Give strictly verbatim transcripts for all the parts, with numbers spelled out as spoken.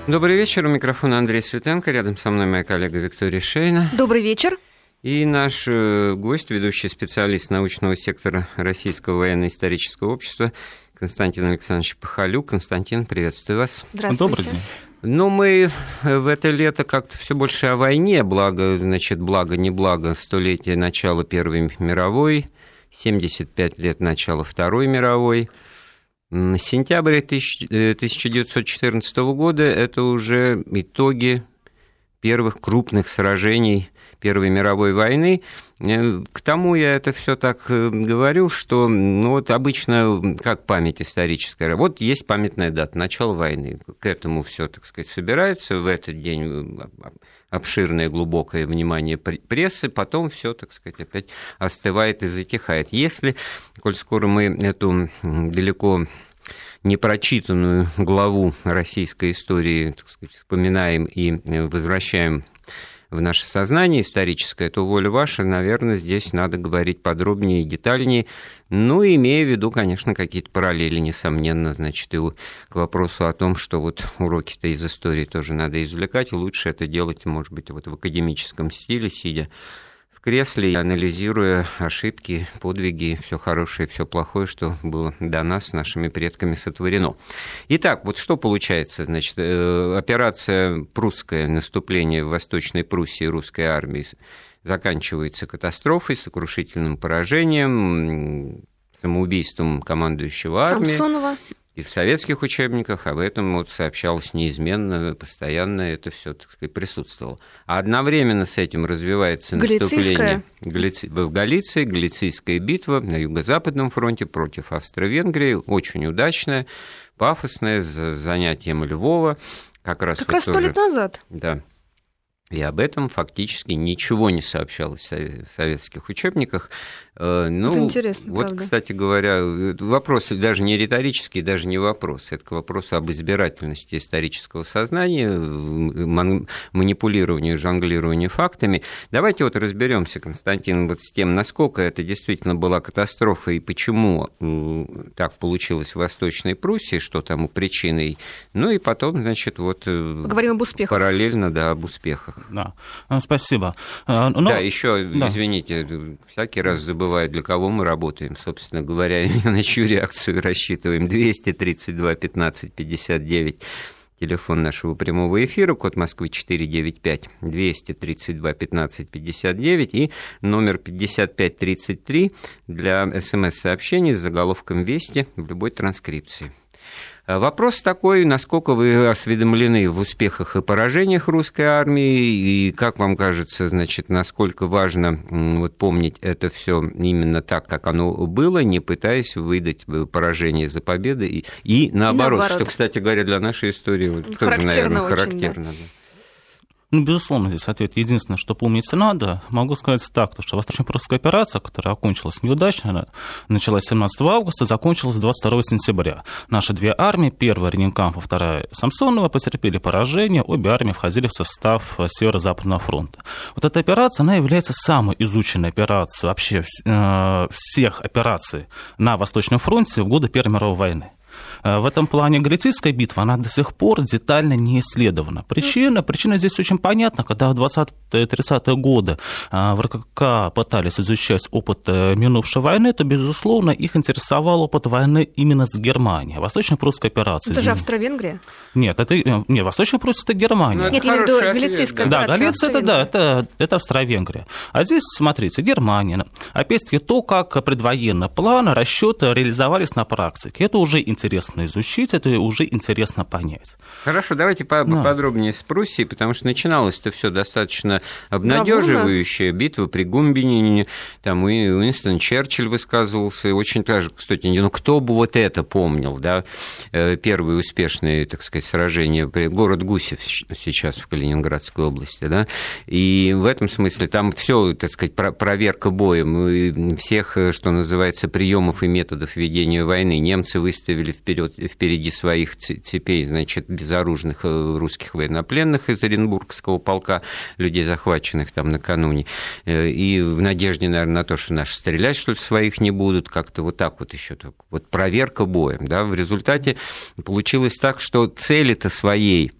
Добрый вечер. У микрофона Андрей Светенко. Рядом со мной моя коллега Виктория Шейна. Добрый вечер. И наш гость, ведущий специалист научного сектора Российского военно-исторического общества Константин Александрович Пахалюк. Константин, приветствую вас. Здравствуйте. Добрый день. Ну, мы в это лето как-то все больше о войне, благо, значит, благо, не благо, столетие начала Первой мировой, семьдесят пять лет начала Второй мировой. Сентябрь тысяча девятьсот четырнадцатого года – это уже итоги первых крупных сражений Первой мировой войны. К тому я это все так говорю, что ну, вот обычно как память историческая. Вот есть памятная дата, начало войны. К этому все, так сказать, собирается. В этот день обширное, глубокое внимание прессы, потом все, так сказать, опять остывает и затихает. Если, коль скоро мы эту далеко непрочитанную главу российской истории, так сказать, вспоминаем и возвращаем в наше сознание историческое, то воля ваша, наверное, здесь надо говорить подробнее и детальнее, ну, имея в виду, конечно, какие-то параллели, несомненно, значит, и к вопросу о том, что вот уроки-то из истории тоже надо извлекать, и лучше это делать, может быть, вот в академическом стиле, сидя в кресле, анализируя ошибки, подвиги, все хорошее, все плохое, что было до нас, нашими предками сотворено. Итак, вот что получается, значит, операция «Прусское наступление в Восточной Пруссии русской армии» заканчивается катастрофой, сокрушительным поражением, самоубийством командующего армией. Самсонова. И в советских учебниках об этом вот сообщалось неизменно, постоянно это все, так сказать, присутствовало. А одновременно с этим развивается наступление Галици... в Галиции, Галицийская битва на Юго-Западном фронте против Австро-Венгрии, очень удачная, пафосная, с занятием Львова. Как раз, как вот раз сто тоже... лет назад. Да. И об этом фактически ничего не сообщалось в советских учебниках. Ну, это интересно, вот, правда. Кстати говоря, вопрос даже не риторический, даже не вопрос. Это к вопросу об избирательности исторического сознания, манипулированию, жонглированию фактами. Давайте вот разберемся, Константин, вот с тем, насколько это действительно была катастрофа и почему так получилось в Восточной Пруссии, что тому причиной. Ну и потом, значит, вот поговорим об успехах. Параллельно, да, об успехах. Да, спасибо. Но... Да, еще, да. извините, всякий раз забываю, для кого мы работаем, собственно говоря, на чью реакцию рассчитываем. двести тридцать два пятнадцать пятьдесят девять, телефон нашего прямого эфира, код Москвы четыреста девяносто пять, двести тридцать два пятнадцать пятьдесят девять и номер пятьдесят пять тридцать три для смс-сообщений с заголовком «Вести» в любой транскрипции. Вопрос такой, насколько вы осведомлены в успехах и поражениях русской армии, и как вам кажется, значит, насколько важно вот, помнить это все именно так, как оно было, не пытаясь выдать поражение за победы, и, и, наоборот, и наоборот, что, кстати говоря, для нашей истории вот, тоже, наверное, очень, характерно. Да. Ну, безусловно, здесь ответ единственное, что помнить надо. Могу сказать так, что Восточно-Прусская операция, которая окончилась неудачно, началась семнадцатого августа, закончилась двадцать второго сентября. Наши две армии, первая Ренинкампфа, вторая Самсонова, потерпели поражение, обе армии входили в состав Северо-Западного фронта. Вот эта операция, она является самой изученной операцией вообще всех операций на Восточном фронте в годы Первой мировой войны. В этом плане Галицийская битва, она до сих пор детально не исследована. Причина, причина здесь очень понятна. Когда в двадцатые-тридцатые годы в РКК пытались изучать опыт минувшей войны, то, безусловно, их интересовал опыт войны именно с Германией. Восточно-прусская операция. Это же Австро-Венгрия? Нет, это, нет, Восточно-Пруссия – это Германия. Нет, я имею в виду Галицийская да, операция. Галиция – это, да, это, это Австро-Венгрия. А здесь, смотрите, Германия. Опять-таки, то, как предвоенные планы, расчеты реализовались на практике. Это уже интересно изучить, это уже интересно понять. Хорошо, давайте поподробнее да. с Пруссией, потому что начиналось-то все достаточно обнадеживающе. Битва при Гумбинине, там и Уинстон Черчилль высказывался, очень даже, кстати, ну кто бы вот это помнил, да, первые успешные, так сказать, сражения, город Гусев сейчас в Калининградской области, да, и в этом смысле там все, так сказать, проверка боем, всех, что называется, приемов и методов ведения войны. Немцы выставили вперед впереди своих цепей, значит, безоружных русских военнопленных из Оренбургского полка, людей, захваченных там накануне, и в надежде, наверное, на то, что наши стрелять, что ли, своих не будут, как-то вот так вот еще, так, вот проверка боем, да, в результате получилось так, что цели-то своей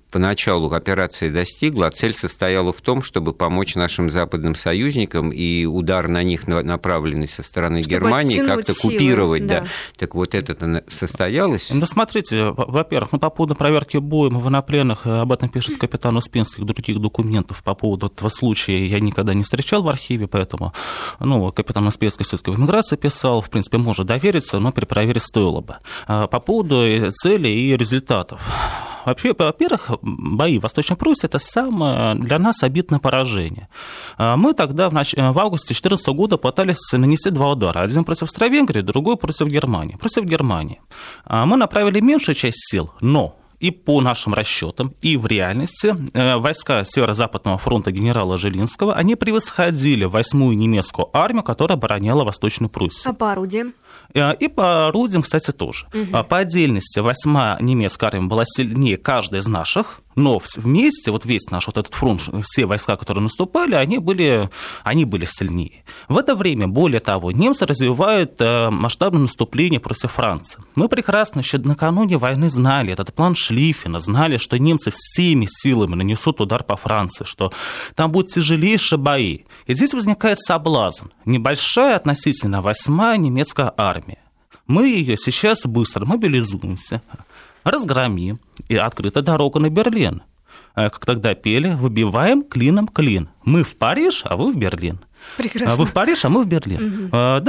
поначалу операция достигла, а цель состояла в том, чтобы помочь нашим западным союзникам, и удар на них, направленный со стороны чтобы Германии, как-то силы, купировать. Да. Да. Так вот это состоялось? Ну, смотрите, во-первых, ну, по поводу проверки боем военнопленных, об этом пишет капитан Успенский, других документов по поводу этого случая я никогда не встречал в архиве, поэтому ну, капитан Успенский все-таки в эмиграции писал, в принципе, можно довериться, но перепроверить стоило бы. По поводу целей и результатов. Вообще, во-первых, бои в Восточной Пруссии – это самое для нас обидное поражение. Мы тогда в, нач... в августе две тысячи четырнадцатого года пытались нанести два удара. Один против Австро-Венгрии, другой против Германии. Против Германии. Мы направили меньшую часть сил, но и по нашим расчетам, и в реальности войска Северо-Западного фронта генерала Жилинского, они превосходили восьмую немецкую армию, которая обороняла Восточную Пруссию. А по орудиям? И по орудиям, кстати, тоже. Угу. По отдельности восьмая немецкая армия была сильнее каждой из наших, но вместе, вот весь наш вот этот фронт, все войска, которые наступали, они были, они были сильнее. В это время, более того, немцы развивают масштабное наступление против Франции. Мы прекрасно еще накануне войны знали этот план Шлиффена, знали, что немцы всеми силами нанесут удар по Франции, что там будут тяжелейшие бои. И здесь возникает соблазн. Небольшая относительно восьмая немецкая армия. Мы ее сейчас быстро мобилизуемся, разгромим, и открыта дорога на Берлин. Как тогда пели, выбиваем клином клин. Мы в Париж, а вы в Берлин. Прекрасно. Вы в Париж, а мы в Берлин. Угу. А,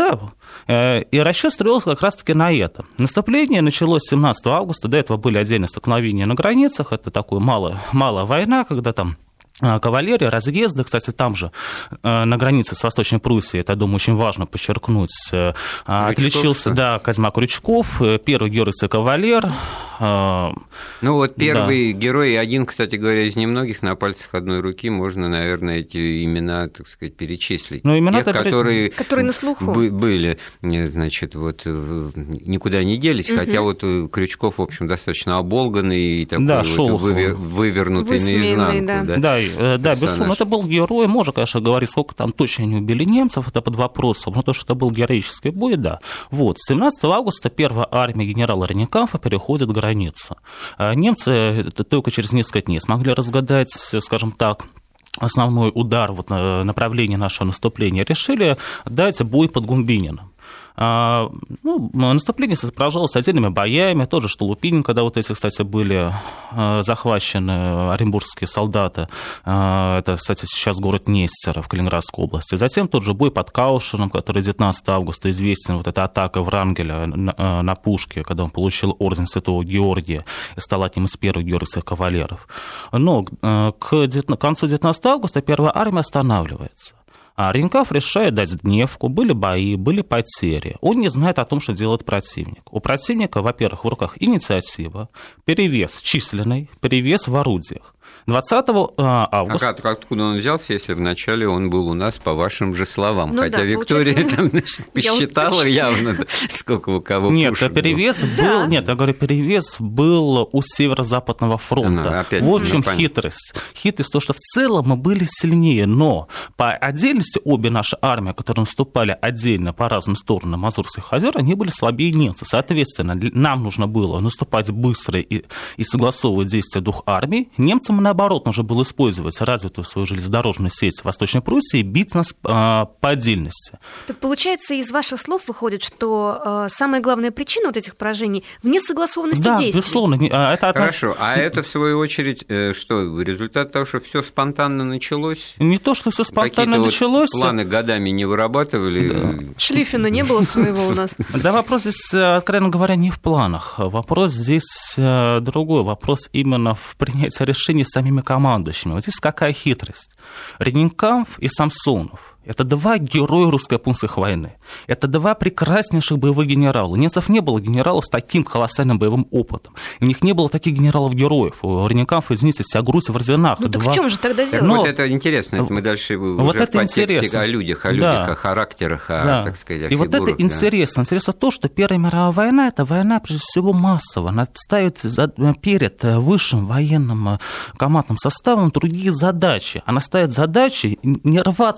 да. И расчет строился как раз-таки на это. Наступление началось семнадцатого августа. До этого были отдельные столкновения на границах. Это такая малая, малая война, когда там кавалерия, разъезды, кстати, там же, на границе с Восточной Пруссией, это, я думаю, очень важно подчеркнуть, Крючков, отличился, да, Козьма Крючков, первый геройский кавалер. Ну вот первый да. герой, один, кстати говоря, из немногих, на пальцах одной руки можно, наверное, эти имена, так сказать, перечислить. Ну, имена Тех, которые, которые на слуху. Были, значит, вот никуда не делись, угу. хотя вот Крючков, в общем, достаточно оболганный и такой да, вот вывер, вывернутый наизнанку. Да. Да. Да, да, безусловно, это был герой. Можно, конечно, говорить, сколько там точно не убили немцев, это под вопросом, но то, что это был героический бой, да. Вот, семнадцатого августа первая армия генерала Реннекампфа переходит границу. Немцы только через несколько дней смогли разгадать, скажем так, основной удар, вот, направление нашего наступления, решили дать бой под Гумбининым. Ну, наступление сопровождалось отдельными боями, тоже что Лупинин, когда вот эти, кстати, были захвачены оренбургские солдаты, это, кстати, сейчас город Нестеров в Калининградской области. Затем тот же бой под Каушином, который девятнадцатого августа известен, вот эта атака Врангеля на, на пушке, когда он получил орден Святого Георгия и стал одним из первых георгиевских кавалеров. Но к концу девятнадцатого августа первая армия останавливается. А Реннекампф решает дать Дневку, были бои, были потери. Он не знает о том, что делает противник. У противника, во-первых, в руках инициатива, перевес численный, перевес в орудиях. двадцатого августа... А как, откуда он взялся, если вначале он был у нас по вашим же словам? Ну, Хотя да, Виктория там посчитала явно, сколько у кого Нет, пушек перевес был... Да. Нет, я говорю, перевес был у Северо-Западного фронта. А, вот в чем ну, хитрость. Хитрость то, что в целом мы были сильнее, но по отдельности обе наши армии, которые наступали отдельно по разным сторонам Азорских озер, они были слабее немцев. Соответственно, нам нужно было наступать быстро и, и согласовывать действия двух армий. Немцам, наоборот, нужно было использовать развитую свою железнодорожную сеть в Восточной Пруссии и бить нас а, по отдельности. Так получается, из ваших слов выходит, что а, самая главная причина вот этих поражений в несогласованности да, действий. Безусловно. Это Хорошо, а это, в свою очередь, что, результат того, что все спонтанно началось? Не то, что все спонтанно Какие-то началось. Вот планы годами не вырабатывали? Да. Шлиффена не было своего у нас. Да, вопрос здесь, откровенно говоря, не в планах. Вопрос здесь другой. Вопрос именно в принятии решений самими командующими. Вот здесь какая хитрость. Реннекампф и Самсонов. Это два героя русско-японской войны. Это два прекраснейших боевых генерала. У немцев не было генералов с таким колоссальным боевым опытом. У них не было таких генералов-героев. У Реннекампфа, извините, вся Грусть в орденах. Ну так два... в чем же тогда дело? Но... Вот это интересно. Это мы дальше вот уже это в подтексте интересно. О людях, о людях, да. о характерах, да. о, так сказать, о И фигурах. вот это да. интересно. Интересно то, что Первая мировая война – это война, прежде всего, массовая. Она ставит перед высшим военным командным составом другие задачи. Она ставит задачи не рваться вперед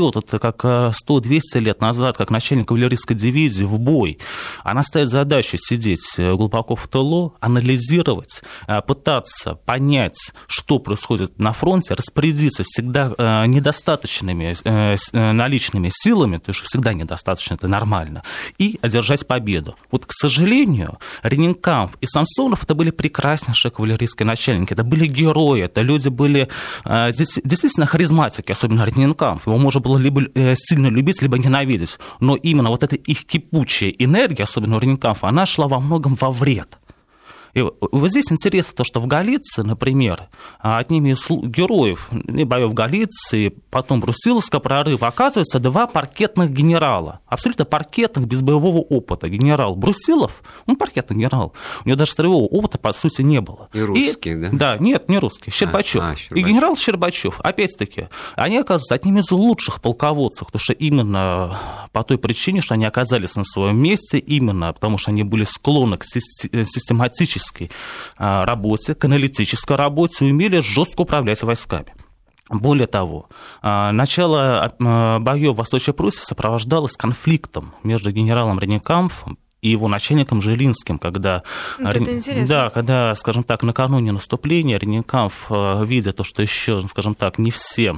идет, это как сто-двести лет назад, как начальник кавалерийской дивизии в бой. Она ставит задачу сидеть глубоко в тылу, анализировать, пытаться понять, что происходит на фронте, распорядиться всегда недостаточными наличными силами, то есть всегда недостаточно, это нормально, и одержать победу. Вот, к сожалению, Ренинкамф и Самсонов это были прекраснейшие кавалерийские начальники, это были герои, это люди были действительно харизматики, особенно Ренинкамф. Его можно было либо сильно любить, либо ненавидеть. Но именно вот эта их кипучая энергия, особенно у Ренинкамфа, она шла во многом во вред. И вот здесь интересно то, что в Галиции, например, одними из героев боев Галиции, потом Брусиловского прорыва, оказывается два паркетных генерала, абсолютно паркетных, без боевого опыта. Генерал Брусилов, он паркетный генерал, у него даже строевого опыта, по сути, не было. И русский, и, да? Да, нет, не русский, Щербачев. А, а, Щербачев. И генерал Щербачев, опять-таки, они оказываются одними из лучших полководцев, потому что именно по той причине, что они оказались на своем месте, именно потому что они были склонны к систематически работе, к аналитической работе, умели жестко управлять войсками. Более того, начало боев в Восточной Пруссии сопровождалось конфликтом между генералом Ренинкамфом и его начальником Жилинским, когда, да, когда, скажем так, накануне наступления Ренинкамф, видя то, что еще, скажем так, не все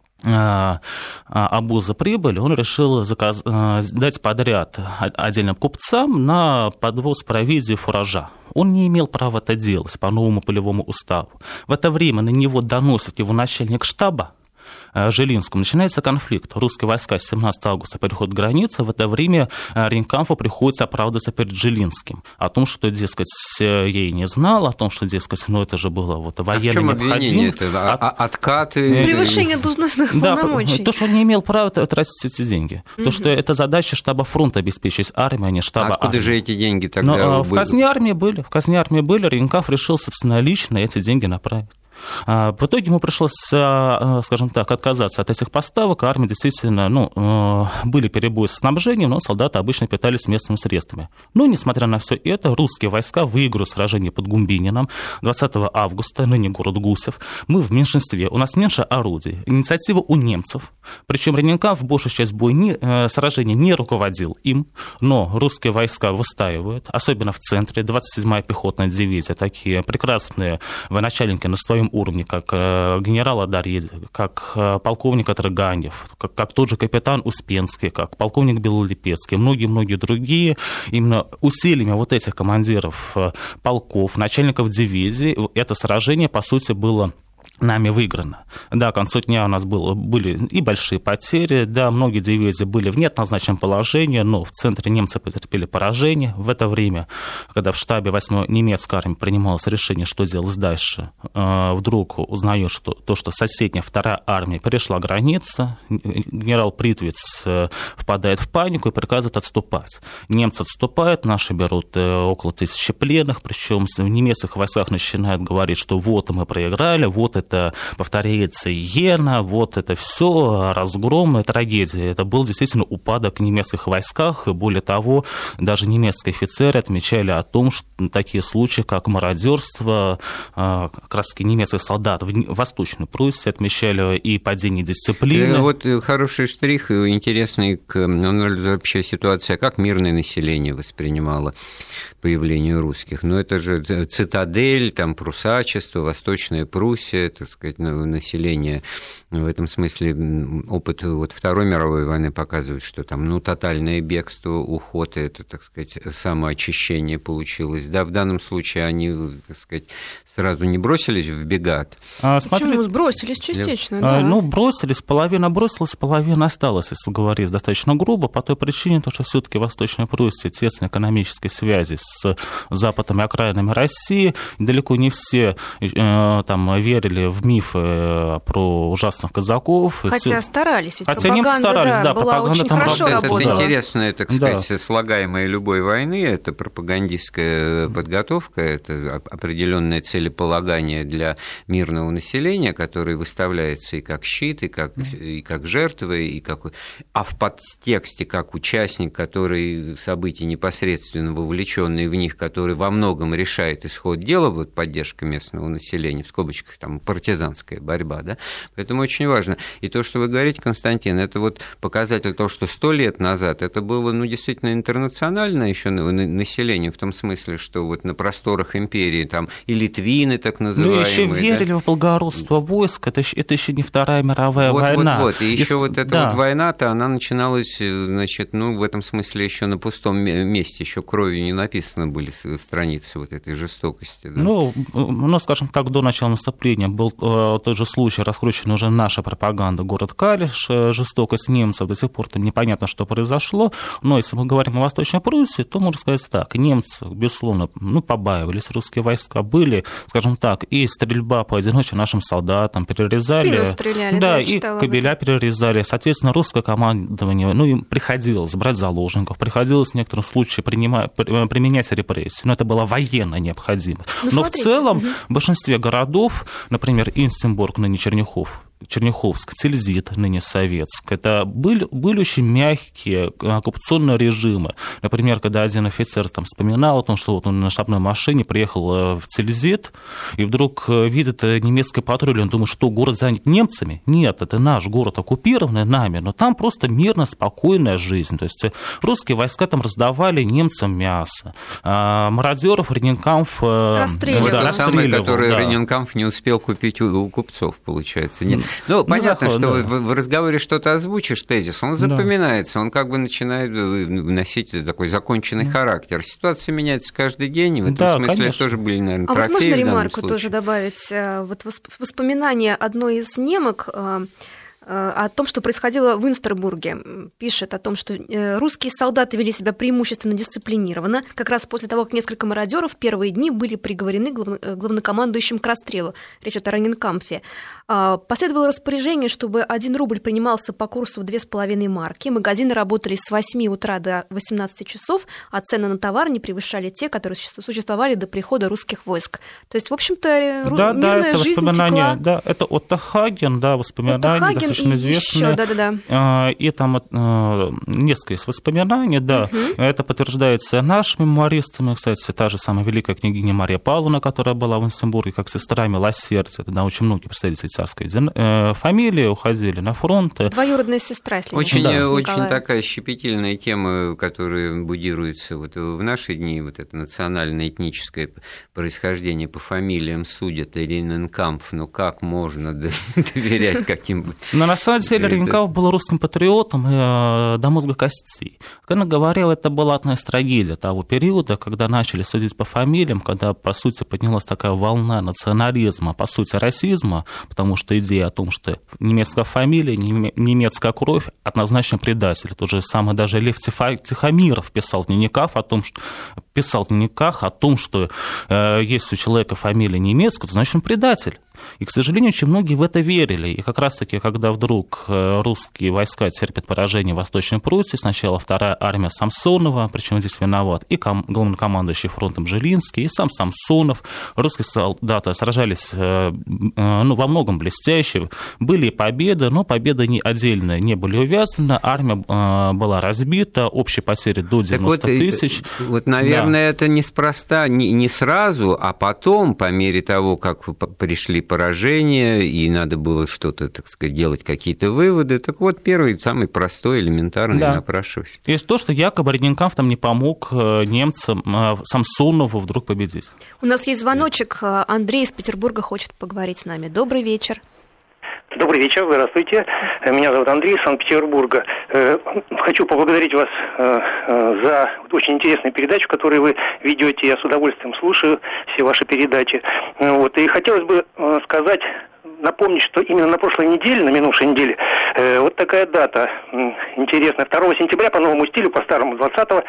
обозы прибыли, он решил заказ... дать подряд отдельным купцам на подвоз провизии и фуража. Он не имел права это делать по новому полевому уставу. В это время на него доносит его начальник штаба Жилинскому. Начинается конфликт. Русские войска с семнадцатого августа переходят границу. В это время Ренинкамфу приходится оправдываться перед Жилинским. О том, что, дескать, я и не знал, о том, что, дескать, ну это же было вот военная необходимость. Это? От... Откаты? Превышение должностных да, полномочий. То, что он не имел права тратить эти деньги. Mm-hmm. То, что это задача штаба фронта обеспечить армию, а не штаба а откуда армии. же эти деньги тогда Но, были? В казне армии были. В казне армии были. Ренинкамф решил собственнолично эти деньги направить. В итоге ему пришлось, скажем так, отказаться от этих поставок. Армия действительно, ну, были перебои с снабжением, но солдаты обычно питались местными средствами. Но, несмотря на все это, русские войска выиграют сражение под Гумбинином двадцатого августа, ныне город Гусев. Мы в меньшинстве, у нас меньше орудий. Инициатива у немцев. Причем Ренинкамф большую часть боя не, сражения не руководил им, но русские войска выстаивают, особенно в центре. двадцать седьмая пехотная дивизия, такие прекрасные военачальники на своем уровне, как генерал Адарьедзе, как полковник Атрыганьев, как, как тот же капитан Успенский, как полковник Белолипецкий, многие-многие другие. Именно усилиями вот этих командиров полков, начальников дивизий, это сражение, по сути, было нами выиграно. Да, к концу дня у нас было, были и большие потери, да, многие дивизии были в неоднозначном положении, но в центре немцы потерпели поражение. В это время, когда в штабе восьмой немецкой армии принималось решение, что делать дальше, вдруг узнаю, что то, что соседняя вторая армия перешла границу, генерал Притвиц впадает в панику и приказывает отступать. Немцы отступают, наши берут около тысячи пленных, причем в немецких войсках начинают говорить, что вот мы проиграли, вот это это повторяется Иена, вот это все разгром, трагедия. Это был действительно упадок в немецких войсках, и более того, даже немецкие офицеры отмечали о том, что такие случаи, как мародерство, как раз таки немецких солдат в Восточной Пруссии отмечали и падение дисциплины. Вот хороший штрих, интересный к вообще ситуация, как мирное население воспринимало появление русских. Но это же цитадель, там прусачество, Восточная Пруссия, так сказать, население. В этом смысле опыт вот Второй мировой войны показывает, что там, ну, тотальное бегство, уход, это, так сказать, самоочищение получилось. Да, в данном случае они, так сказать, сразу не бросились в бегат. А, Почему? Бросились частично, а, да. Ну, бросились, половина бросилась, половина осталась, если говорить достаточно грубо, по той причине, что все-таки Восточная Пруссия, тесные экономические связи с западными окраинами России, далеко не все э, там верили в мифы про ужасных казаков. Хотя старались, ведь Хотя немцы старались, да, да была очень там хорошо работала. работала. Это интересное, так сказать, да. слагаемое любой войны, это пропагандистская подготовка, это определенное целеполагание для мирного населения, которое выставляется и как щит, и как, и как жертвы, и как... а в подтексте как участник, который событий непосредственно вовлеченный в них, который во многом решает исход дела, вот поддержка местного населения, в скобочках там партизанская борьба, да, поэтому очень важно. И то, что вы говорите, Константин, это вот показатель того, что сто лет назад это было, ну, действительно интернациональное еще население, в том смысле, что вот на просторах империи там и литвины, так называемые. Ну, еще верили, да, в благородство войск, это, это еще не Вторая мировая вот, война. Вот, вот, и еще и, вот эта да. вот война-то, она начиналась, значит, ну, в этом смысле еще на пустом месте, еще кровью не написаны были страницы вот этой жестокости. Да? Ну, ну, скажем так, до начала наступления был э, тот же случай, раскручена уже наша пропаганда, город Калиш, э, жестокость немцев, до сих пор там непонятно, что произошло, но если мы говорим о Восточной Пруссии, то можно сказать так, немцы, безусловно, ну, побаивались, русские войска были, скажем так, и стрельба по одиночным нашим солдатам, перерезали... Спину стреляли, да, да, и кабеля перерезали, соответственно, русское командование, ну, им приходилось брать заложников, приходилось в некотором случае принимать, применять репрессии, но это была военная необходимость. Ну, но смотрите. В целом, угу. в большинстве городов, например, Инстенбург, ныне Черняхов, Черняховск, Тильзит, ныне Советск, это были, были очень мягкие оккупационные режимы. Например, когда один офицер там вспоминал о том, что вот он на штабной машине приехал в Тильзит, и вдруг видит немецкий патруль, он думает, что город занят немцами? Нет, это наш город, оккупированный нами, но там просто мирно, спокойная жизнь. То есть русские войска там раздавали немцам мясо, а мародеров Рейнкамф расстреливал. Да, самый, который да. Рейнкамф не успел купить у, у купцов, получается. Нет. Ну, понятно, заход, что да. в, в разговоре что-то озвучишь, тезис, он запоминается, да. он как бы начинает носить такой законченный да. характер. Ситуация меняется каждый день, и в этом да, смысле конечно. тоже были, наверное, а трофеи. А вот можно ремарку тоже добавить? Вот воспоминания одной из немок о том, что происходило в Инстербурге. Пишет о том, что русские солдаты вели себя преимущественно дисциплинированно. Как раз после того, как несколько мародеров в первые дни были приговорены главнокомандующим к расстрелу. Речь идет о Рейнкамфе. Последовало распоряжение, чтобы один рубль принимался по курсу в две с половиной марки. Магазины работали с восьми утра до восемнадцати часов, а цены на товар не превышали те, которые существовали до прихода русских войск. То есть, в общем-то, да, мирная да, это жизнь воспоминания, текла. Да, это Отто Хаген, да, воспоминания Отто Хаген достаточно и известные. Еще, да, да, да. И там несколько из воспоминаний, да. Угу. Это подтверждается нашими мемуаристами. Кстати, та же самая великая княгиня Мария Павловна, которая была в Инстенбурге, как сестра милосердия. Тогда очень многие представители царской фамилии уходили на фронт. Двоюродная сестра, если очень, да. очень такая щепетильная тема, которая будируется вот в наши дни, вот это национально-этническое происхождение по фамилиям судят, Рейнкамф, ну как можно доверять каким-то... Но на самом деле Рейнкамф был русским патриотом и до мозга костей. Как я говорил, это была одна из трагедий того периода, когда начали судить по фамилиям, когда, по сути, поднялась такая волна национализма, по сути, расизма, потому что идея о том, что немецкая фамилия, немецкая кровь однозначно предатель. Тот же самый даже Лев Тихомиров писал в дневниках о том, что, писал в дневниках о том, что э, если у человека фамилия немецкая, то значит он предатель. И, к сожалению, очень многие в это верили. И как раз-таки, когда вдруг русские войска терпят поражение в Восточной Пруссии, сначала вторая армия Самсонова, причем здесь виноват и ком- главнокомандующий фронтом Жилинский, и сам Самсонов. Русские солдаты сражались ну, во многом блестяще. Были победы, но победы не отдельные не были увязаны. Армия была разбита, общие потери до девяноста тысяч. Вот, вот, наверное, да. это неспроста, не, не сразу, а потом, по мере того, как пришли поражение, и надо было что-то, так сказать, делать какие-то выводы. Так вот, первый, самый простой, элементарный, да. напрашивающий. Есть то, что якобы Рейнкамф там не помог немцам, Самсонову вдруг победить. У нас есть звоночек. Андрей из Петербурга хочет поговорить с нами. Добрый вечер. Добрый вечер, здравствуйте. Меня зовут Андрей из Санкт-Петербурга. Хочу поблагодарить вас за очень интересную передачу, которую вы ведете. Я с удовольствием слушаю все ваши передачи. Вот. И хотелось бы сказать, напомнить, что именно на прошлой неделе, на минувшей неделе, вот такая дата интересная. второго сентября по новому стилю, по старому двадцатого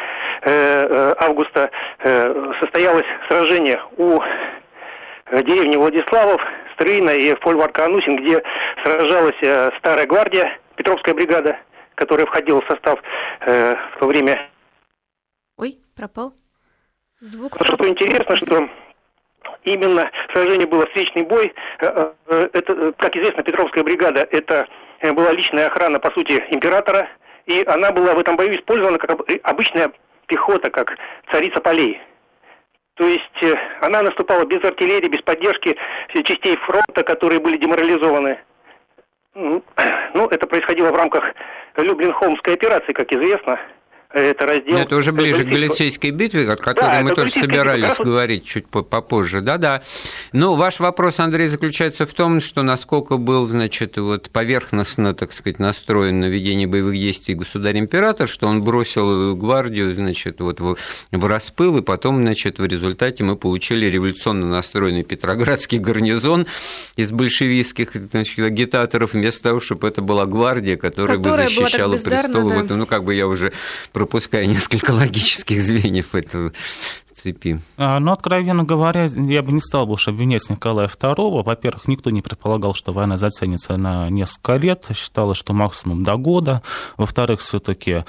августа состоялось сражение у деревни Владиславов, Стрыйна и Фольварка-Анусин, где сражалась э, Старая гвардия, Петровская бригада, которая входила в состав э, в то время... Ой, пропал звук. Что пропал. Интересно, что именно сражение было встречный бой. Э, э, это, как известно, Петровская бригада – это была личная охрана, по сути, императора, и она была в этом бою использована как обычная пехота, как царица полей. То есть она наступала без артиллерии, без поддержки частей фронта, которые были деморализованы. Ну, это происходило в рамках Люблин-Холмской операции, как известно. Это раздел... Это уже ближе к Галицийской битве, о которой да, мы тоже собирались битва, говорить чуть попозже. Да-да. Но ваш вопрос, Андрей, заключается в том, что насколько был, значит, вот поверхностно, так сказать, настроен на ведение боевых действий государь-император, что он бросил гвардию, значит, вот в, в распыл, и потом, значит, в результате мы получили революционно настроенный Петроградский гарнизон из большевистских, значит, агитаторов, вместо того, чтобы это была гвардия, которая, которая бы защищала престол. Да. Вот, ну, как бы я уже... пропуская несколько логических звеньев этого цепи. Но, откровенно говоря, я бы не стал больше обвинять Николая второго. Во-первых, никто не предполагал, что война затянется на несколько лет. Считалось, что максимум до года. Во-вторых, все-таки,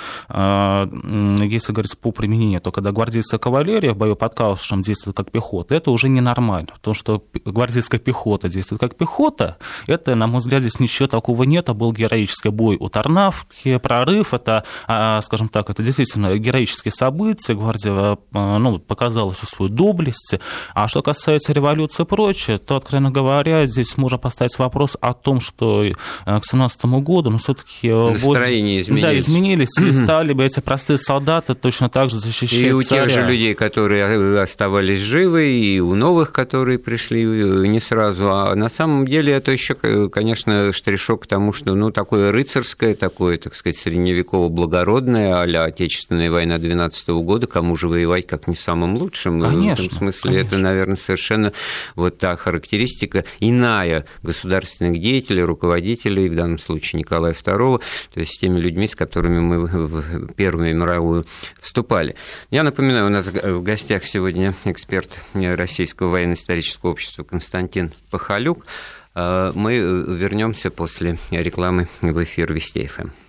если говорить по применению, то когда гвардейская кавалерия в бою под Калушем действует как пехота, это уже ненормально. Потому что гвардейская пехота действует как пехота, это, на мой взгляд, здесь ничего такого нет. А был героический бой у Тарнавки, прорыв. Это, скажем так, это действительно героические события. Гвардия, ну, показала всю свою доблесть. А что касается революции и прочее, то, откровенно говоря, здесь можно поставить вопрос о том, что к семнадцатому году, ну, все-таки настроения изменились. Да, изменились, и стали бы эти простые солдаты точно так же защищать и у царя. тех же людей, которые оставались живы, и у новых, которые пришли не сразу. А на самом деле это еще, конечно, штришок к тому, что, ну, такое рыцарское, такое, так сказать, средневеково-благородное, а-ля Отечественная война двенадцатого года, кому же воевать, как не самым лучшим. Конечно, в этом смысле конечно. Это, наверное, совершенно вот та характеристика иная государственных деятелей, руководителей, в данном случае Николая второго, то есть с теми людьми, с которыми мы в Первую мировую вступали. Я напоминаю, у нас в гостях сегодня эксперт Российского военно-исторического общества Константин Пахалюк. Мы вернемся после рекламы в эфир Вести эф эм.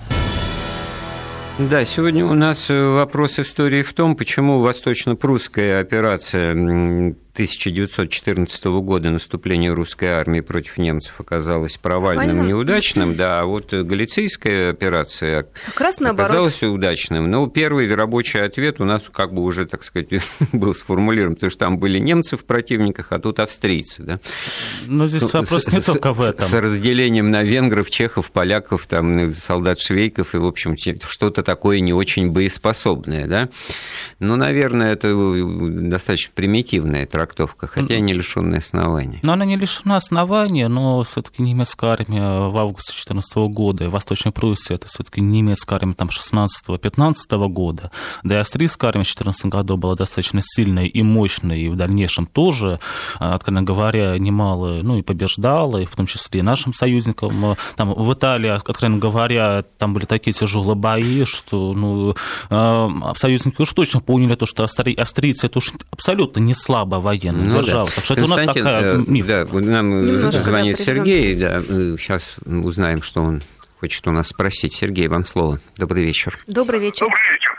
Да, сегодня у нас вопрос истории в том, почему восточно-прусская операция тысяча девятьсот четырнадцатого года наступление русской армии против немцев оказалось провальным, Правильно? неудачным, да, а вот галицийская операция как раз оказалась удачным. Но первый рабочий ответ у нас как бы уже, так сказать, был сформулирован, потому что там были немцы в противниках, а тут австрийцы, да. Но здесь с, вопрос не с, только в этом. С разделением на венгров, чехов, поляков, там, солдат швейков и, в общем, что-то такое не очень боеспособное, да. Ну, наверное, это достаточно примитивная трактовка. Трактовка, хотя не лишенная оснований. Но она не лишена оснований, но все-таки немецкая армия в августе две тысячи четырнадцатого года, и Восточная Пруссия, это все-таки немецкая армия там шестнадцатого-пятнадцатого года, да и австрийская армия в две тысячи четырнадцатом году была достаточно сильной и мощной, и в дальнейшем тоже, откровенно говоря, немало, ну, и побеждала, и в том числе и нашим союзникам. Там в Италии, откровенно говоря, там были такие тяжелые бои, что, ну, союзники уж точно поняли то, что австрийцы это уж абсолютно не слабая военная ну, держава. Да. Так что это у нас такая миф. Да, нам Немножко звонит Сергей, да, сейчас узнаем, что он хочет у нас спросить. Сергей, вам слово. Добрый вечер. Добрый вечер. Добрый вечер.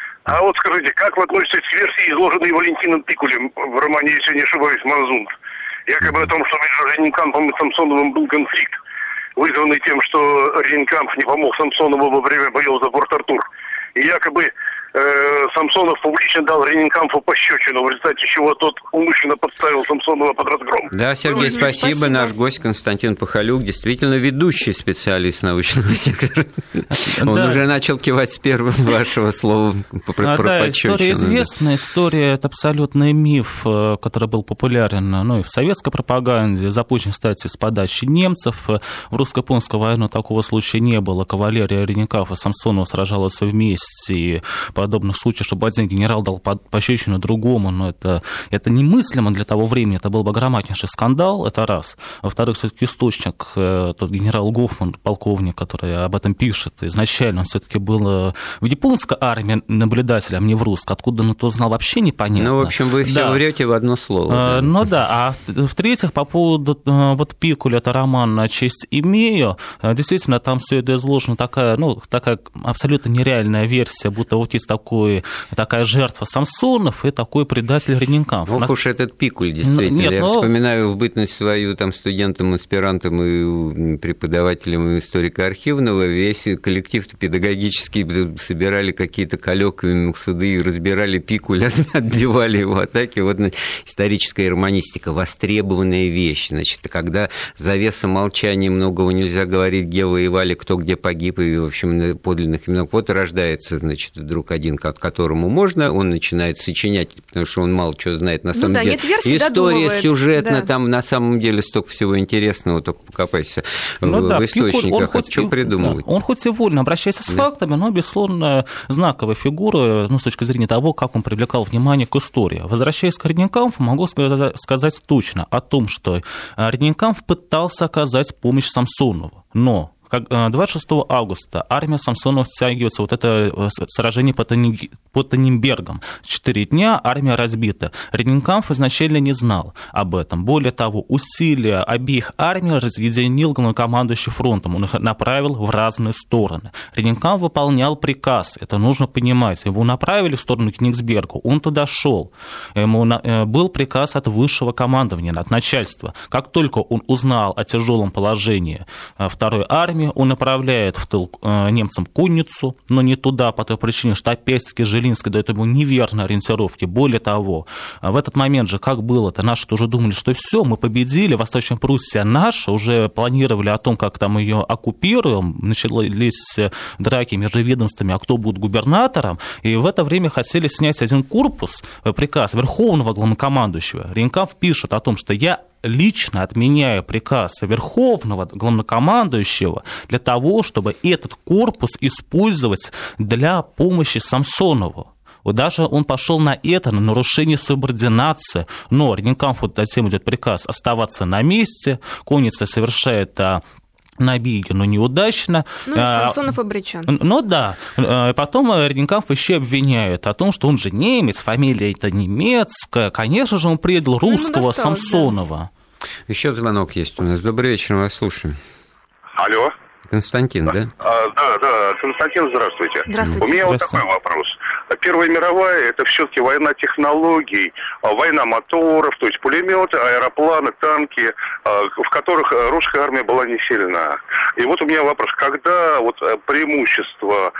А вот скажите, как вы относитесь к версии, изложенной Валентином Пикулем в романе, если не ошибаюсь, «Манзунт»? Якобы о том, что между Ренинкампом и Самсоновым был конфликт, вызванный тем, что Ренинкамп не помог Самсонову во время боев за Порт-Артур. И якобы Самсонов публично дал Ренинкампу пощечину, в результате чего тот умышленно подставил Самсонова под разгром. Да, Сергей, ну, спасибо. спасибо. Наш гость Константин Пахалюк действительно ведущий специалист научного сектора. Он да. уже начал кивать с первым вашего слова про, а, про да, пощечину. История известная. История – это абсолютный миф, который был популярен ну, и в советской пропаганде. Запущен, кстати, с подачи немцев. В русско-японской войне такого случая не было. Кавалерия Ренинкампа и Самсонова сражалась вместе, и подобных случаев, чтобы один генерал дал пощечину другому, но это, это немыслимо для того времени, это был бы громаднейший скандал, это раз. Во-вторых, все-таки источник, тот генерал Гофман, полковник, который об этом пишет, изначально он все-таки был в японской армии наблюдателем, а не в русской, откуда он это узнал, вообще непонятно. Ну, в общем, вы все да. врете в одно слово. Да. Ну да, а в-третьих, по поводу вот Пикуля, это роман «На честь имею», действительно, там все это изложено такая, ну, такая абсолютно нереальная версия, будто вот есть такой, такая жертва Самсонов и такой предатель Ренинкамп. Ох Нас... уж этот Пикуль, действительно. Нет, Я но... вспоминаю в бытность свою там, студентом, аспирантом и преподавателем историко-архивного, весь коллектив педагогический собирали какие-то коллоквиумы, суды и разбирали Пикуля, отбивали его атаки. Вот историческая романистика, востребованная вещь. Значит, когда завеса молчания, многого нельзя говорить, где воевали, кто где погиб, и, в общем, подлинных имен. Вот и рождается, значит, вдруг один, которому можно, он начинает сочинять, потому что он мало чего знает на самом ну, да, деле. Нет версии, история сюжетна, да. Там на самом деле столько всего интересного, только покопайся ну, в, да, в источниках. А что придумывать? Да, он хоть и вольно обращается с да. фактами, но, безусловно, знаковая фигура, ну, с точки зрения того, как он привлекал внимание к истории. Возвращаясь к Ренинкампфу, могу сказать точно о том, что Ренинкампф пытался оказать помощь Самсонову, но двадцать шестого августа армия Самсонова стягивается, вот это сражение под Танненбергом. Четыре дня армия разбита. Ренинкампф изначально не знал об этом. Более того, усилия обеих армий разъединил главнокомандующий фронтом. Он их направил в разные стороны. Ренинкампф выполнял приказ. Это нужно понимать. Его направили в сторону Кенигсберга. Он туда шел. Ему был приказ от высшего командования, от начальства. Как только он узнал о тяжелом положении второй армии, он направляет в тыл немцам конницу, но не туда, по той причине, что опять-таки Жилинский дает ему неверные ориентировки. Более того, в этот момент же, как было-то, наши тоже думали, что все, мы победили, Восточная Пруссия наша, уже планировали о том, как там ее оккупируем, начались драки между ведомствами, а кто будет губернатором, и в это время хотели снять один корпус, приказ верховного главнокомандующего. Ренинкампф пишет о том, что я лично отменяю приказ верховного главнокомандующего для того, чтобы этот корпус использовать для помощи Самсонову. Даже он пошел на это, на нарушение субординации, но Ренинкампфу затем идет приказ оставаться на месте, конница совершает набеги, но неудачно. Ну и Самсонов обречен. Ну да. Потом Ренинкампф еще обвиняют о том, что он же немец, фамилия это немецкая. Конечно же, он предал русского ну, Самсонова. Да. Еще звонок есть у нас. Добрый вечер, мы вас слушаем. Алло. Константин, да? А, да, да, Константин, здравствуйте. Здравствуйте. У меня вот такой вопрос. Первая мировая – это все-таки война технологий, война моторов, то есть пулеметы, аэропланы, танки, в которых русская армия была не сильна. И вот у меня вопрос. Когда вот преимущество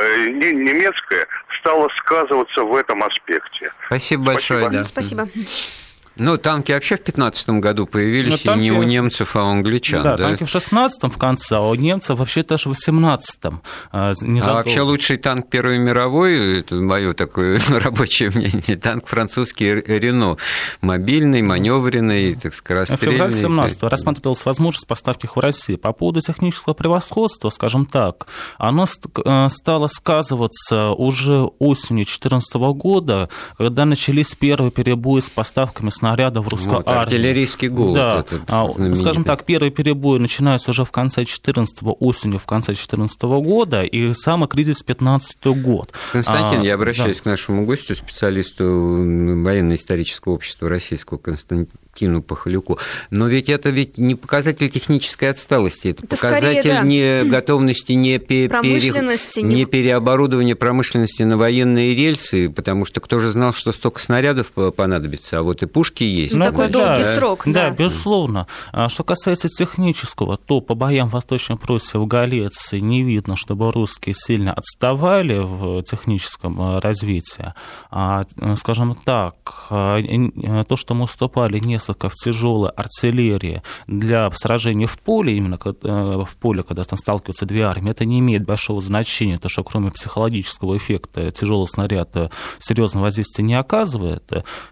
немецкое стало сказываться в этом аспекте? Спасибо большое, Спасибо. да. Спасибо. Ну, танки вообще в пятнадцатом году появились, танки... и не у немцев, а у англичан. Да, да? танки в шестнадцатом в конце, а у немцев вообще даже в восемнадцатом. Не а вообще лучший танк Первой мировой, это мое такое рабочее мнение, танк французский Рено. Мобильный, маневренный, так скорострельный. В феврале семнадцатого рассматривалась возможность поставки их в Россию. По поводу технического превосходства, скажем так, оно стало сказываться уже осенью две тысячи четырнадцатого года, когда начались первые перебои с поставками снарядов русской вот, армии. Артиллерийский голод. Да. Скажем так, первые перебои начинаются уже в конце четырнадцатого, осенью в конце четырнадцатого года, и самый кризис пятнадцатый год. Константин, а, я обращаюсь да. к нашему гостю, специалисту военно-исторического общества российского Константину Пахалюку. Но ведь это ведь не показатель технической отсталости, это, это показатель скорее, да. не готовности, не, пе- промышленности, пере... не переоборудования промышленности на военные рельсы, потому что кто же знал, что столько снарядов понадобится, а вот и пушки есть. Ну, такой да, долгий да, срок. Да, да, безусловно. Что касается технического, то по боям в Восточной Пруссии, в Галиции не видно, чтобы русские сильно отставали в техническом развитии. Скажем так, то, что мы уступали несколько в тяжелой артиллерии для сражений в поле, именно в поле, когда там сталкиваются две армии, это не имеет большого значения, потому что кроме психологического эффекта тяжелый снаряд серьезного воздействия не оказывает.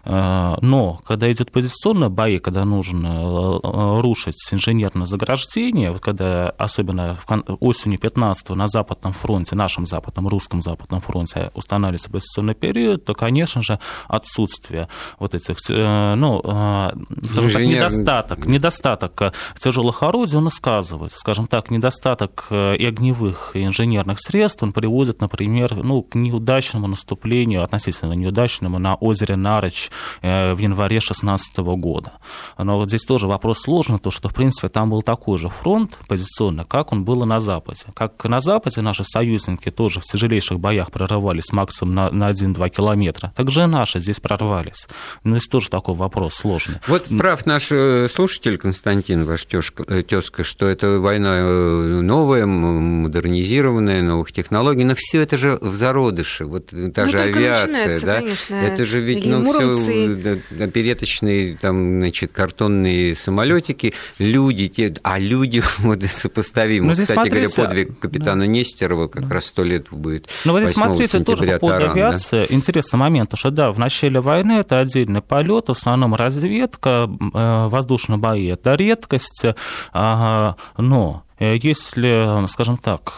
Но когда идет позиционные бои, когда нужно рушить инженерное заграждение, вот когда особенно осенью пятнадцатого на Западном фронте, нашем Западном, русском Западном фронте устанавливается позиционный период, то, конечно же, отсутствие вот этих, ну, скажем так, недостаток, недостаток тяжелых орудий, он и сказывается. Скажем так, недостаток и огневых, и инженерных средств, он приводит, например, ну, к неудачному наступлению, относительно неудачному, на озере Нарыч в январе две тысячи шестнадцатого года. Но вот здесь тоже вопрос сложный, то, что, в принципе, там был такой же фронт позиционный, как он был и на Западе. Как на Западе наши союзники тоже в тяжелейших боях прорывались максимум на, на один-два километра, так же наши здесь прорвались. Но здесь тоже такой вопрос сложный. Вот прав наш слушатель Константин, ваш тезка, что это война новая, модернизированная, новых технологий, но все это же в зародыше. Вот та ну, же авиация, да? Конечно, это же ведь ну, все опереточные, там, значит, картонные самолетики, люди, те, а люди вот сопоставимы. Кстати смотрите, говоря, подвиг капитана да. Нестерова как да. раз сто лет будет. Ну, вот здесь смотрите, тоже по поводу Таран, авиации. Да? Интересный момент, что да, в начале войны это отдельный полет, в основном разведка, воздушные бои – это редкость, но если, скажем так,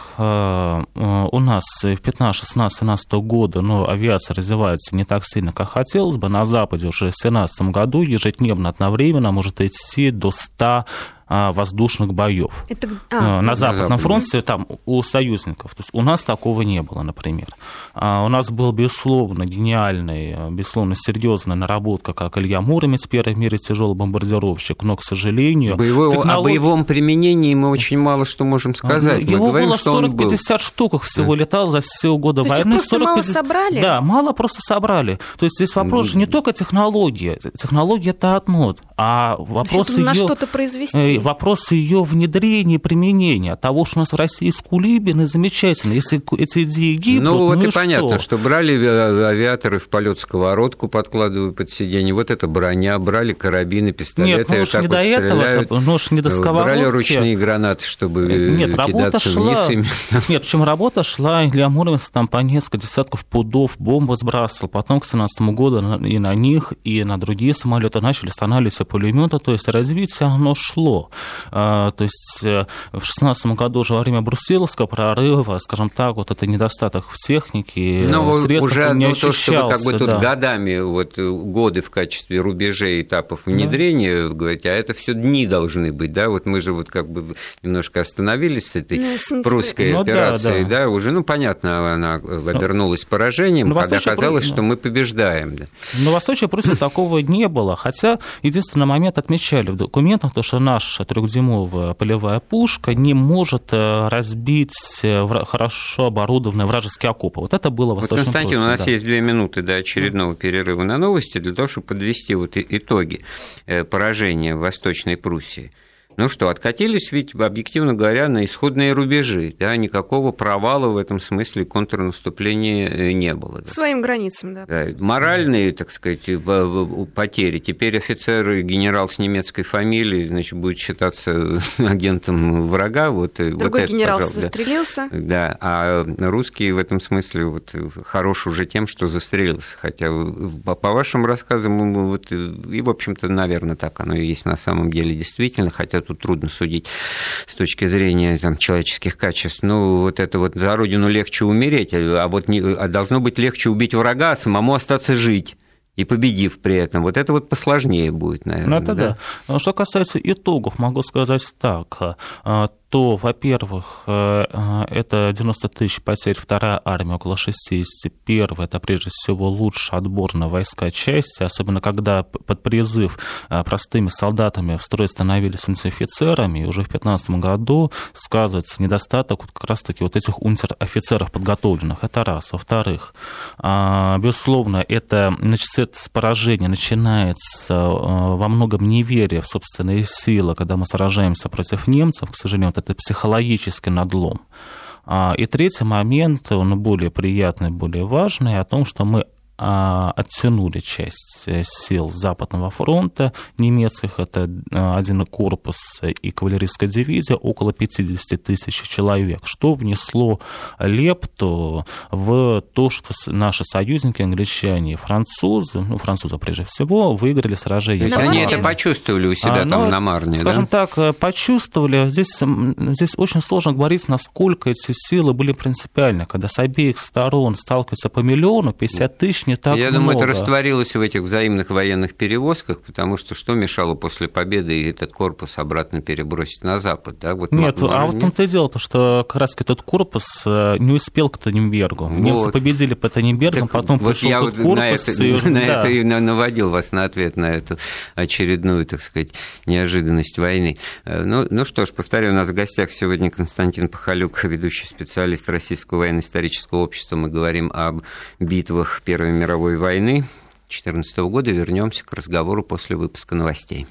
у нас в пятнадцатом, шестнадцатом, семнадцатом году ну, авиация развивается не так сильно, как хотелось бы, на Западе уже в две тысячи семнадцатом году ежедневно одновременно может идти до ста воздушных боев. Это... А, на Западном фронте, там, у союзников. То есть у нас такого не было, например. А у нас был, безусловно, гениальный, безусловно, серьезная наработка, как Илья Муромец, первый в мире тяжелый бомбардировщик, но, к сожалению... Боевой... Технолог... О боевом применении мы очень мало что можем сказать. Его мы говорим, было сорок-пятьдесят штук всего да. летал за все годы То войны. Есть просто мало собрали? Да, мало просто собрали. То есть здесь вопрос же не только технология. Технология – это одно, а вопрос ее... На что-то произвести. Вопрос ее внедрения и применения. Того, что у нас в России с кулибины, замечательно. Если эти идеи гибнут, ну, вот ну и что? понятно, что брали авиаторы в полет сковородку, подкладывая под сиденье. Вот это броня, брали карабины, пистолеты. Нет, ну уж не вот до этого, ну уж не до сковородки. Брали ручные гранаты, чтобы Нет, кидаться шла... вниз. Нет, причем работа шла, Илья Муромец там по несколько десятков пудов бомбы сбрасывал. Потом к семнадцатому году и на них, и на другие самолеты начали становиться пулеметы. То есть развитие оно шло. То есть в шестнадцатом году уже во время Брусиловского прорыва, скажем так, вот это недостаток в технике, но средств уже не ну, ощущался. То, что вы как бы тут да. годами, вот, годы в качестве рубежей, этапов внедрения, да. говорите, а это все дни должны быть, да, вот мы же вот как бы немножко остановились с этой ну, прусской ну, операцией, да, да. да, уже, ну, понятно, она обернулась поражением, ну, когда казалось, Пру... что мы побеждаем. Да. Но в Восточной Пруссии такого не было, хотя единственный момент отмечали в документах, то, что наша трехдюймовая полевая пушка не может разбить хорошо оборудованные вражеские окопы. Вот это было в Восточной вот, Константин, Пруссии, у нас да. есть две минуты до очередного перерыва на новости для того, чтобы подвести вот итоги поражения в Восточной Пруссии. Ну что, откатились ведь, объективно говоря, на исходные рубежи, да, никакого провала в этом смысле контрнаступления не было. Да. К своим границам, да. да. Моральные, так сказать, потери. Теперь офицер и генерал с немецкой фамилией, значит, будет считаться агентом врага. Вот, Другой вот это, генерал пожалуйста. застрелился. Да, а русские в этом смысле вот, хорош уже тем, что застрелился. Хотя по вашим рассказам, вот, и, в общем-то, наверное, так оно и есть на самом деле действительно, хотя тут трудно судить с точки зрения там, человеческих качеств. Ну, вот это вот за родину легче умереть, а вот не, а должно быть легче убить врага, а самому остаться жить. И победив при этом. Вот это вот посложнее будет, наверное. Ну, это да. да. Что касается итогов, могу сказать так. То, во-первых, это девяносто тысяч потерь, вторая армия около шестьдесят. Первая, это прежде всего лучше отборные войска части, особенно когда под призыв простыми солдатами в строй становились унтер-офицерами, и уже в две тысячи пятнадцатом году сказывается недостаток вот как раз-таки вот этих унтер-офицеров подготовленных. Это раз. Во-вторых, безусловно, это поражение начинается во многом неверие в собственные силы, когда мы сражаемся против немцев, к сожалению, вот это психологический надлом. И третий момент, он более приятный, более важный, о том, что мы оттянули часть сил Западного фронта немецких, это один корпус и кавалерийская дивизия, около пятьдесят тысяч человек, что внесло лепту в то, что наши союзники, англичане и французы, ну, французы прежде всего, выиграли сражение. То есть они это почувствовали у себя а, там но, на Марне, скажем да? так, почувствовали. Здесь, здесь очень сложно говорить, насколько эти силы были принципиальны. Когда с обеих сторон сталкиваются по миллиону, пятьдесят тысяч встреч не так Я много. думаю, это растворилось в этих взаимных военных перевозках, потому что что мешало после победы этот корпус обратно перебросить на Запад? Да? Вот нет, может, а вот в том-то и дело, что как раз этот корпус не успел к Таненбергу. Вот. Немцы победили по Таненбергам, потом вот пришел я тот корпус. На это, и, на да. это и наводил вас на ответ на эту очередную, так сказать, неожиданность войны. Ну, ну что ж, повторю, у нас в гостях сегодня Константин Пахалюк, ведущий специалист Российского военно-исторического общества. Мы говорим об битвах Первой мировой войны две тысячи четырнадцатого года. Вернемся к разговору после выпуска новостей.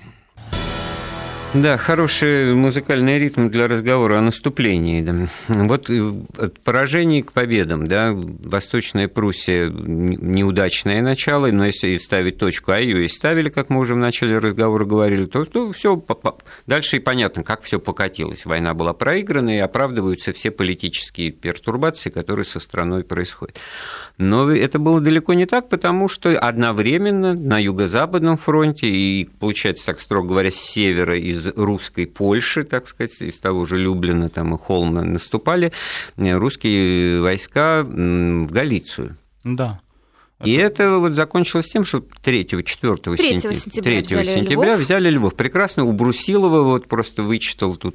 Да, хороший музыкальный ритм для разговора о наступлении. Да. Вот от поражений к победам. Да, Восточная Пруссия – неудачное начало, но если ставить точку, а ее и ставили, как мы уже в начале разговора говорили, то, то все дальше и понятно, как все покатилось. Война была проиграна, и оправдываются все политические пертурбации, которые со страной происходят. Но это было далеко не так, потому что одновременно на Юго-Западном фронте, и, получается, так строго говоря, с севера, из русской Польши, так сказать, из того же Люблина там, и Холма наступали русские войска в Галицию. Да. И это вот закончилось тем, что третьего-четвёртого сентября, сентября взяли Львов. Прекрасно, у Брусилова, вот просто вычитал тут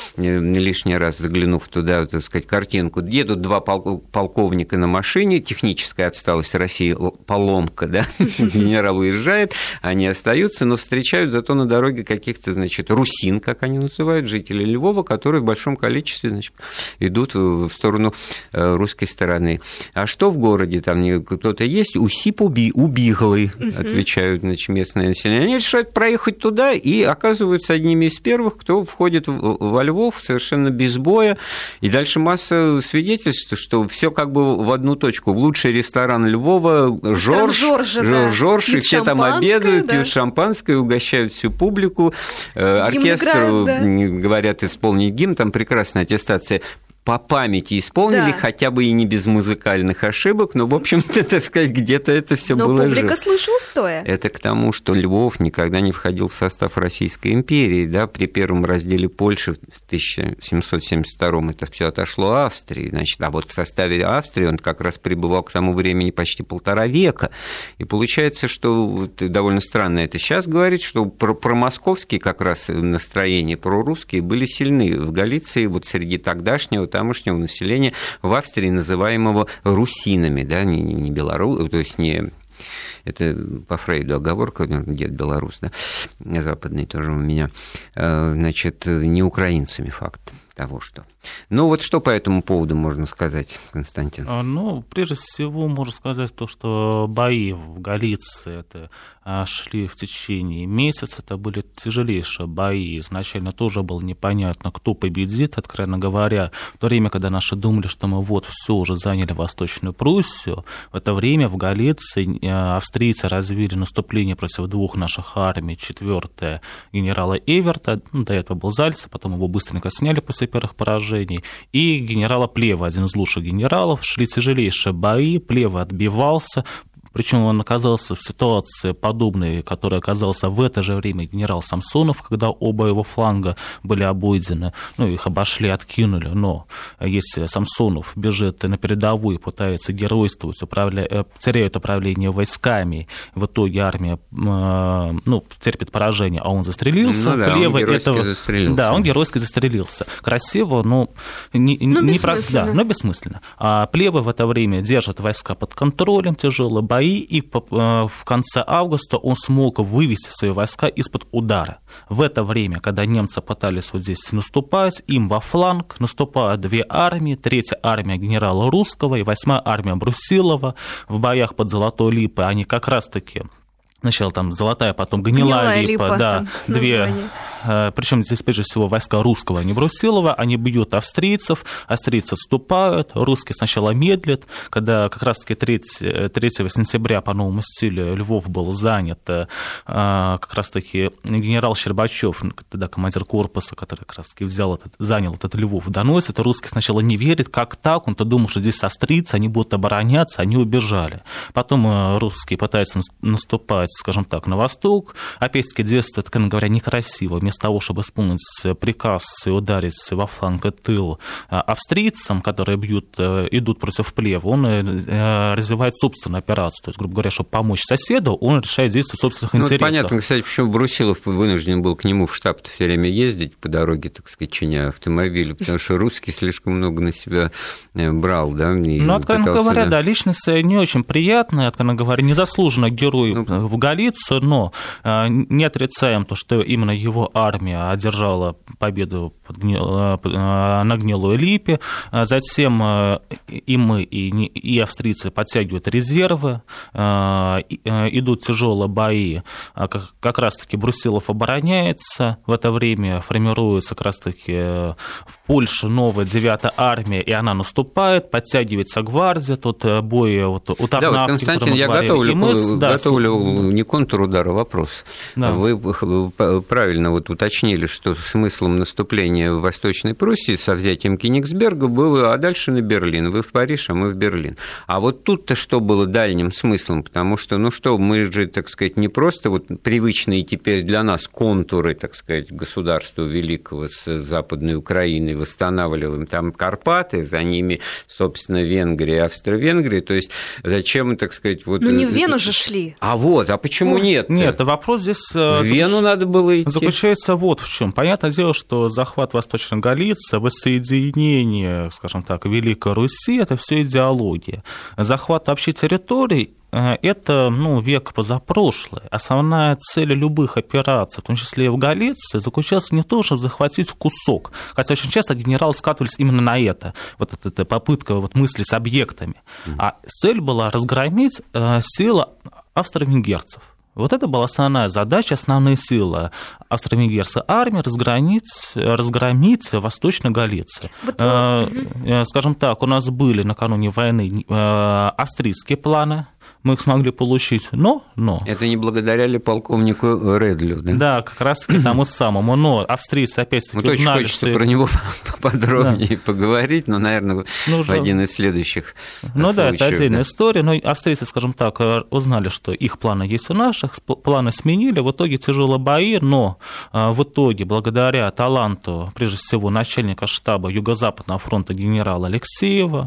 лишний раз, заглянув туда, так сказать, картинку, едут два полковника на машине, техническая отсталость России, поломка, да, генерал уезжает, они остаются, но встречают зато на дороге каких-то, значит, русин, как они называют, жителей Львова, которые в большом количестве, значит, идут в сторону русской стороны. А что в городе, там кто-то есть? Усип уби, убиглый, отвечают, значит, местное население. Они решают проехать туда и оказываются одними из первых, кто входит во Львов совершенно без боя. И дальше масса свидетельств, что все как бы в одну точку. В лучший ресторан Львова Жорж, Жоржа, да. Жорж и все там обедают, да. Пьют шампанское, угощают всю публику. Оркестру, да. Говорят, исполнить гимн, там прекрасная аттестация. По памяти исполнили, да. Хотя бы и не без музыкальных ошибок, но, в общем-то, так сказать, где-то это все было Но живо. публика слушала стоя. Это к тому, что Львов никогда не входил в состав Российской империи. Да? При первом разделе Польши в тысяча семьсот семьдесят втором это все отошло Австрии. Значит, а вот в составе Австрии он как раз пребывал к тому времени почти полтора века. И получается, что довольно странно это сейчас говорить, что про, про московские как раз настроения, прорусские были сильны в Галиции, вот среди тогдашнего тамошнего населения, в Австрии называемого русинами, да, не, не белорус, то есть не... Это по Фрейду оговорка, дед белорус, да, западный тоже у меня, значит, не украинцами факт того, что... Ну, вот что по этому поводу можно сказать, Константин? Ну, прежде всего, можно сказать то, что бои в Галиции это шли в течение месяца, это были тяжелейшие бои. Изначально тоже было непонятно, кто победит, откровенно говоря. В то время, когда наши думали, что мы вот все уже заняли Восточную Пруссию, в это время в Галиции австрийцы развили наступление против двух наших армий. Четвертая генерала Эверта, ну, до этого был Зальцев, потом его быстренько сняли после первых поражений, и генерала Плева, один из лучших генералов. Шли тяжелейшие бои, Плева отбивался, причем он оказался в ситуации подобной, которая оказался в это же время генерал Самсонов, когда оба его фланга были обойдены, ну, их обошли, откинули, но если Самсонов бежит на передовую и пытается геройствовать, управля... теряет управление войсками, в итоге армия, ну, терпит поражение, а он застрелился, ну, да, Плева он этого... застрелился. Да, он геройски застрелился. Красиво, но не, но не бессмысленно. Да, но бессмысленно. А Плева в это время держит войска под контролем, тяжелые бои, и в конце августа он смог вывести свои войска из-под удара. В это время, когда немцы пытались вот здесь наступать, им во фланг наступают две армии, третья армия генерала Русского и восьмая армия Брусилова. В боях под Золотой Липой они как раз-таки... Сначала там Золотая, потом Гнилая Липа, липа, да, две, причем здесь прежде всего войска Русского, а не Брусилова, они бьют австрийцев, австрийцы отступают, русские сначала медлят, когда как раз-таки третьего сентября по новому стилю Львов был занят, как раз-таки генерал Щербачев, тогда командир корпуса, который как раз-таки взял этот, занял этот Львов, доносит, русские сначала не верят, как так, он-то думал, что здесь австрийцы, они будут обороняться, они убежали. Потом русские пытаются наступать, скажем так, на восток. Опять-таки, действует, откровенно говоря, некрасиво. вместо того, чтобы исполнить приказ и ударить во фланг и тыл австрийцам, которые бьют, идут против плева, он развивает собственную операцию. То есть, грубо говоря, чтобы помочь соседу, он решает действовать в собственных ну, интересах. Понятно, кстати, почему Брусилов вынужден был к нему в штаб все время ездить по дороге, так сказать, чиня автомобили, потому что русский слишком много на себя брал, да? Ну, откровенно пытался, говоря, да, да, личность не очень приятная, откровенно говоря, незаслуженно герой ну, в Галицию, но не отрицаем то, что именно его армия одержала победу на Гнилой Липе, затем и мы, и австрийцы подтягивают резервы, идут тяжелые бои, как раз-таки Брусилов обороняется, в это время формируется как раз-таки в Польше новая девятая армия, и она наступает, подтягивается гвардия, тут бой вот, у Тарнавки. Да, вот, Константин, я готовлю, мы, да, готовлю с... не контрудар, а вопрос. Да. Вы правильно вот уточнили, что смыслом наступления в Восточной Пруссии со взятием Кёнигсберга было, а дальше на Берлин. Вы в Париж, а мы в Берлин. А вот тут-то что было дальним смыслом? Потому что, ну что, мы же, так сказать, не просто вот привычные теперь для нас контуры, так сказать, государства великого с Западной Украиной восстанавливаем. Там Карпаты, за ними, собственно, Венгрия, Австро-Венгрия. То есть зачем, так сказать, вот... Ну не в Вену же шли. А вот, а почему Ой. нет? Нет, вопрос здесь... В Вену заключ... надо было идти. Заключается вот в чем. Понятное дело, что захват Восточной Галиции, воссоединение, скажем так, Великой Руси, это все идеология. Захват вообще территорий это, ну, век позапрошлый. Основная цель любых операций, в том числе и в Галиции, заключалась не в том, чтобы захватить кусок. Хотя очень часто генералы скатывались именно на это. Вот эта, эта попытка вот, мысли с объектами. А цель была разгромить силы австро-венгерцев. Вот это была основная задача, основные силы австро-венгерской армии разгромить, разгромить Восточную Галицию. Вот, э, скажем так, у нас были накануне войны австрийские планы, мы их смогли получить, но... но... Это не благодаря ли полковнику Редлю, да? Да, как раз-таки тому самому, но австрийцы опять-таки вот узнали, очень хочется что... про него подробнее да. поговорить, но, наверное, ну, в один из следующих Ну случаев, да, это отдельная да. история, но австрийцы, скажем так, узнали, что их планы есть у наших, планы сменили, в итоге тяжелые бои, но в итоге, благодаря таланту, прежде всего, начальника штаба Юго-Западного фронта генерала Алексеева,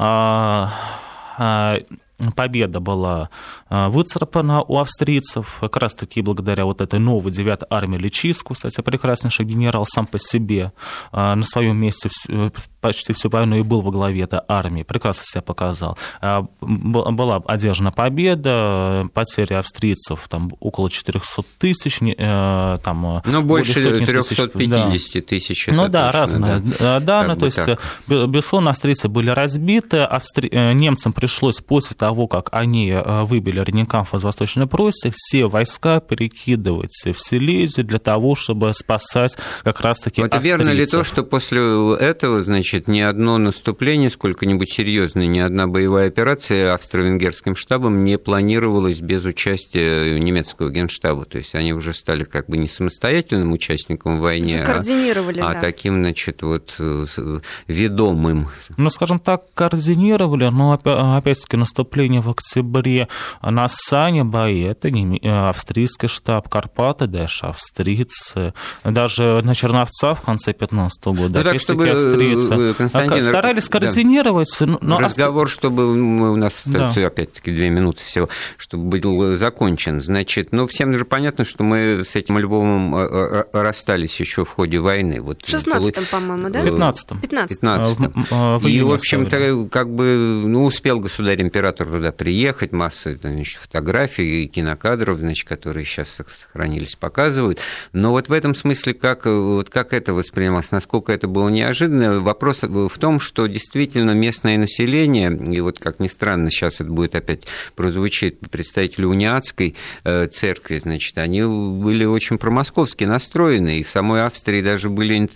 победа была выцарапана у австрийцев, как раз-таки благодаря вот этой новой девятой армии Личиску, кстати, прекраснейший генерал сам по себе на своем месте почти всю войну и был во главе этой армии, прекрасно себя показал. Была одержана победа, потери австрийцев там около четырехсот тысяч, там ну, больше триста пятьдесят тысяч. Да. Ну да, разные да. данные, то есть, так. безусловно, австрийцы были разбиты, австри... немцам пришлось после того, того, как они выбили Ренинкамф из Восточной Пруссии, все войска перекидывать в Силезию для того, чтобы спасать как раз-таки австрийцев. Это верно ли то, что после этого, значит, ни одно наступление, сколько-нибудь серьезное, ни одна боевая операция австро-венгерским штабом не планировалась без участия немецкого генштаба? То есть они уже стали как бы не самостоятельным участником в войне, а, а да. таким, значит, вот ведомым. Ну, скажем так, координировали, но опять-таки наступление в октябре на Сане бои, это не австрийский штаб, Карпаты, дальше австрийцы, даже на Черновца в конце пятнадцатого года, ну, так, чтобы, австрийцы Константин, старались координировать. Да. Но разговор, чтобы у нас остается, да. опять-таки, две минуты всего, чтобы был закончен. Значит, ну, всем же понятно, что мы с этим Львовом расстались еще в ходе войны. Вот, в шестнадцатом, по-моему, да? В пятнадцатом. пятнадцатом. И, в общем-то, как бы, ну, успел государь-император туда приехать, масса значит, фотографий и кинокадров, значит, которые сейчас сохранились, показывают. Но вот в этом смысле, как, вот как это воспринималось, насколько это было неожиданно, вопрос в том, что действительно местное население, и вот как ни странно, сейчас это будет опять прозвучит представители униатской церкви, значит, они были очень промосковски настроены, и в самой Австрии даже были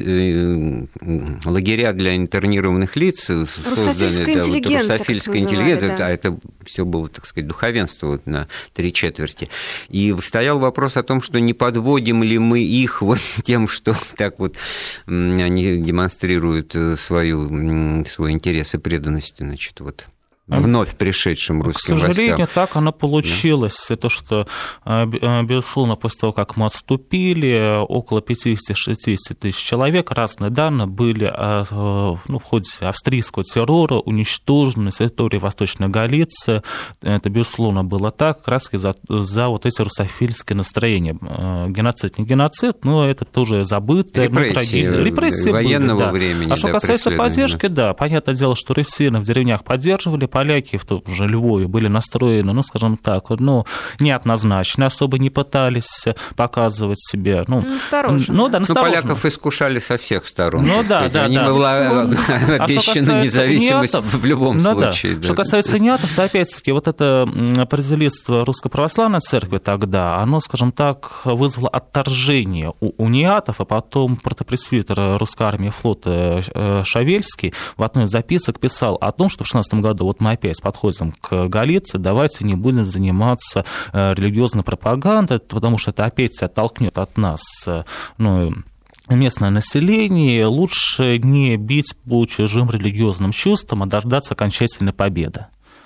лагеря для интернированных лиц, русофильская да, интеллигенция, вот, русофильская интеллигенция, да. а это все было, так сказать, духовенство вот на три четверти. И стоял вопрос о том, что не подводим ли мы их вот тем, что так вот они демонстрируют свою, свой интерес и преданность, значит, вот вновь пришедшим русским войскам. К сожалению, войскам. Так оно получилось. Да. То, что, безусловно, после того, как мы отступили, около пятьдесят-шестьдесят тысяч человек, разные данные были, ну, в ходе австрийского террора уничтожены на территории Восточной Галиции. Это, безусловно, было так, как раз за, за вот эти русофильские настроения. Геноцид не геноцид, но это тоже забытое. Репрессии, ну, репрессии военного были, да. времени. А что да, касается поддержки, да. да, понятное дело, что россияне в деревнях поддерживали, поляки в том же Львове были настроены, ну, скажем так, ну, неоднозначно, особо не пытались показывать себя. Ну, настороженно. Ну, да, настороженно. Ну, поляков искушали со всех сторон. Ну, да, да, Они да. была обещана независимость неатов, в любом ну, случае. Да. Да. Что касается неатов, то, опять-таки, вот это производительство Русской Православной Церкви тогда, оно, скажем так, вызвало отторжение у, у неатов, а потом протопресвитер Русской армии и флота Шавельский в одной из записок писал о том, что в шестнадцатом году вот мы опять подходим к Галиции, давайте не будем заниматься религиозной пропагандой, потому что это опять оттолкнет от нас, ну, местное население, лучше не бить по чужим религиозным чувствам, а дождаться окончательной победы.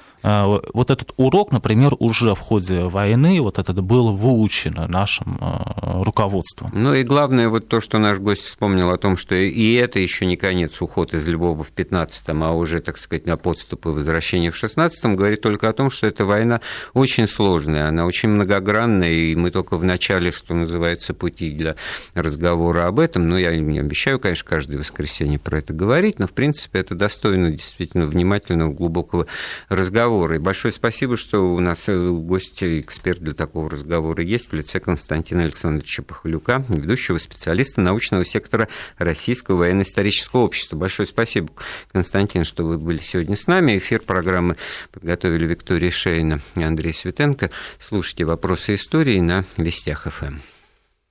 Вот этот урок, например, уже в ходе войны, вот это было выучено нашим руководством. Ну и главное, вот то, что наш гость вспомнил о том, что и это еще не конец, уход из Львова в пятнадцатом, а уже, так сказать, на подступы возвращения в шестнадцатом, говорит только о том, что эта война очень сложная, она очень многогранная, и мы только в начале, что называется, пути для разговора об этом. Но я не обещаю, конечно, каждое воскресенье про это говорить, но, в принципе, это достойно действительно внимательного, глубокого разговора. И большое спасибо, что у нас гость, эксперт для такого разговора есть в лице Константина Александровича Пахалюка, ведущего специалиста научного сектора Российского военно-исторического общества. Большое спасибо, Константин, что вы были сегодня с нами. Эфир программы подготовили Виктория Шейна и Андрей Светенко. Слушайте «Вопросы истории» на Вестях ФМ.